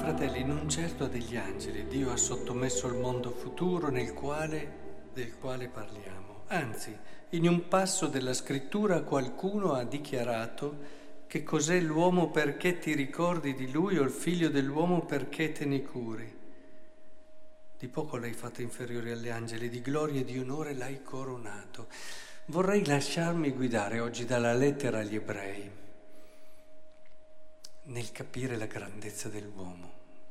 Fratelli, non certo degli angeli, Dio ha sottomesso il mondo futuro del quale parliamo. Anzi, in un passo della scrittura qualcuno ha dichiarato che cos'è l'uomo perché ti ricordi di lui o il figlio dell'uomo perché te ne curi. Di poco l'hai fatto inferiore agli angeli, di gloria e di onore l'hai coronato. Vorrei lasciarmi guidare oggi dalla lettera agli ebrei nel capire la grandezza dell'uomo,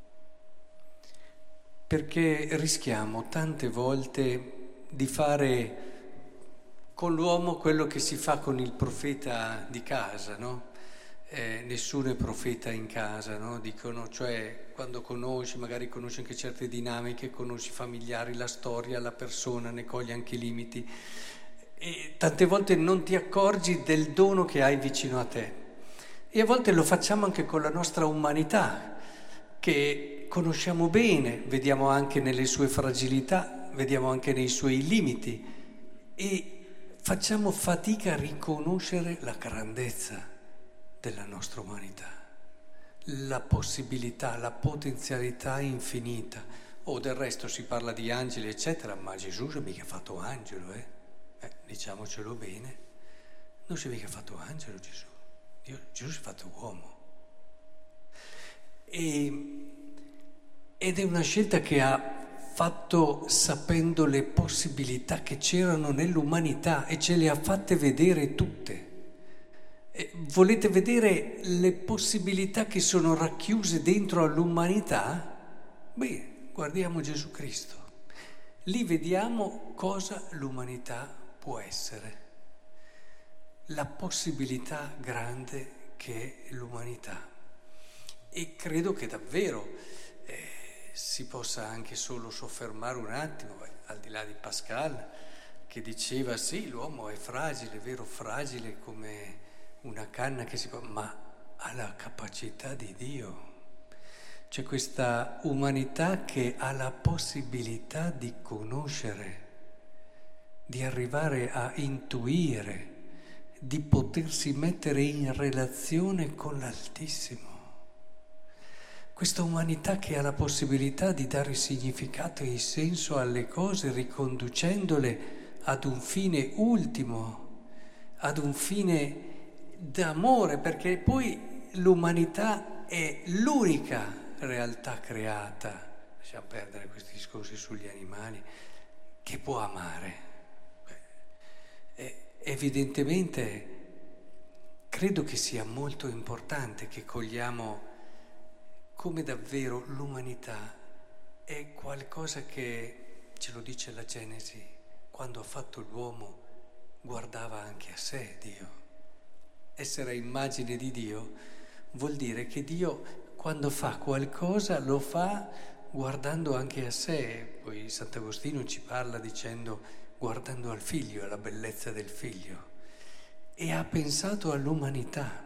perché rischiamo tante volte di fare con l'uomo quello che si fa con il profeta di casa, no? Nessuno è profeta in casa, no? Dicono, cioè quando conosci, magari conosci anche certe dinamiche, conosci i familiari, la storia, la persona, ne cogli anche i limiti e tante volte non ti accorgi del dono che hai vicino a te. E a volte lo facciamo anche con la nostra umanità, che conosciamo bene, vediamo anche nelle sue fragilità, vediamo anche nei suoi limiti e facciamo fatica a riconoscere la grandezza della nostra umanità, la possibilità, la potenzialità infinita. O del resto si parla di angeli, eccetera, ma Gesù si è mica fatto angelo, diciamocelo bene, non si è mica fatto angelo Gesù. Gesù si è fatto uomo ed è una scelta che ha fatto sapendo le possibilità che c'erano nell'umanità e ce le ha fatte vedere tutte. Volete vedere le possibilità che sono racchiuse dentro all'umanità? Beh, guardiamo Gesù Cristo. Lì vediamo cosa l'umanità può essere. La possibilità grande che è l'umanità. E credo che davvero si possa anche solo soffermare un attimo, al di là di Pascal, che diceva sì, l'uomo è fragile, è vero, fragile come una canna che si può, ma ha la capacità di Dio. C'è questa umanità che ha la possibilità di conoscere, di arrivare a intuire, di potersi mettere in relazione con l'Altissimo. Questa umanità che ha la possibilità di dare significato e senso alle cose, riconducendole ad un fine ultimo, ad un fine d'amore, perché poi l'umanità è l'unica realtà creata, lasciamo perdere questi discorsi sugli animali, che può amare. Evidentemente credo che sia molto importante che cogliamo come davvero l'umanità è qualcosa che, ce lo dice la Genesi, quando ha fatto l'uomo guardava anche a sé Dio. Essere a immagine di Dio vuol dire che Dio quando fa qualcosa lo fa guardando anche a sé. Poi Sant'Agostino ci parla dicendo guardando al figlio, alla bellezza del figlio, e ha pensato all'umanità.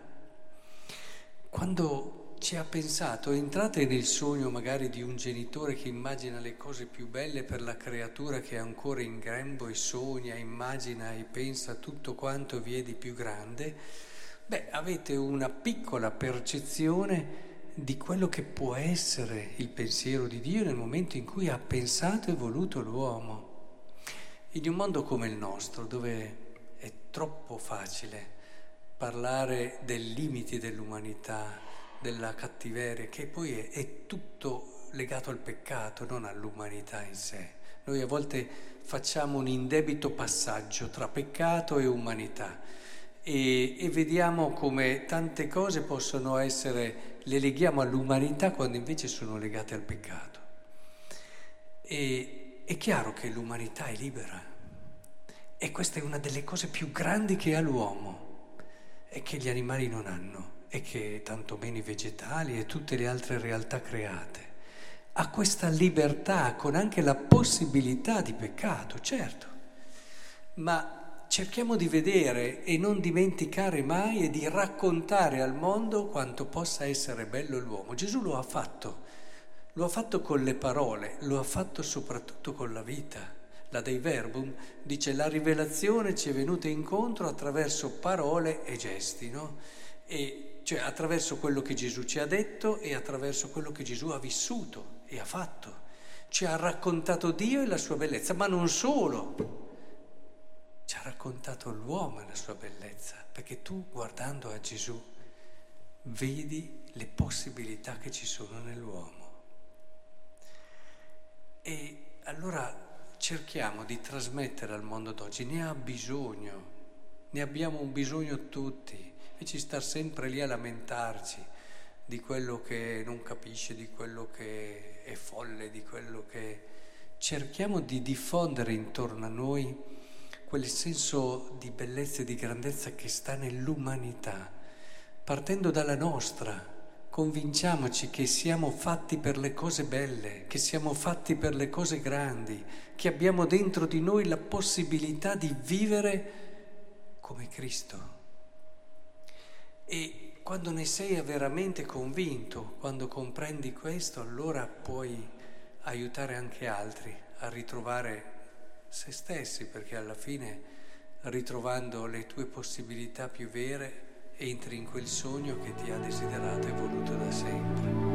Quando ci ha pensato, entrate nel sogno magari di un genitore che immagina le cose più belle per la creatura che è ancora in grembo e sogna, immagina e pensa tutto quanto vi è di più grande, avete una piccola percezione di quello che può essere il pensiero di Dio nel momento in cui ha pensato e voluto l'uomo. In un mondo come il nostro, dove è troppo facile parlare dei limiti dell'umanità, della cattiveria, che poi è tutto legato al peccato, non all'umanità in sé. Noi a volte facciamo un indebito passaggio tra peccato e umanità e vediamo come tante cose possono essere, le leghiamo all'umanità quando invece sono legate al peccato. È chiaro che l'umanità è libera e questa è una delle cose più grandi che ha l'uomo e che gli animali non hanno e che tantomeno i vegetali e tutte le altre realtà create. Ha questa libertà con anche la possibilità di peccato, certo, ma cerchiamo di vedere e non dimenticare mai e di raccontare al mondo quanto possa essere bello l'uomo. Gesù lo ha fatto con le parole, lo ha fatto soprattutto con la vita. La Dei Verbum dice la rivelazione ci è venuta incontro attraverso parole e gesti, no? E cioè attraverso quello che Gesù ci ha detto e attraverso quello che Gesù ha vissuto e ha fatto. Ci ha raccontato Dio e la sua bellezza, ma non solo. Ci ha raccontato l'uomo e la sua bellezza, perché tu, guardando a Gesù, vedi le possibilità che ci sono nell'uomo. E allora cerchiamo di trasmettere al mondo d'oggi, ne ha bisogno, ne abbiamo un bisogno tutti, invece di star sempre lì a lamentarci di quello che non capisce, di quello che è folle, di quello che... Cerchiamo di diffondere intorno a noi quel senso di bellezza e di grandezza che sta nell'umanità, partendo dalla nostra. Convinciamoci che siamo fatti per le cose belle, che siamo fatti per le cose grandi, che abbiamo dentro di noi la possibilità di vivere come Cristo. E quando ne sei veramente convinto, quando comprendi questo, allora puoi aiutare anche altri a ritrovare se stessi, perché alla fine, ritrovando le tue possibilità più vere, entri in quel sogno che ti ha desiderato e voluto da sempre.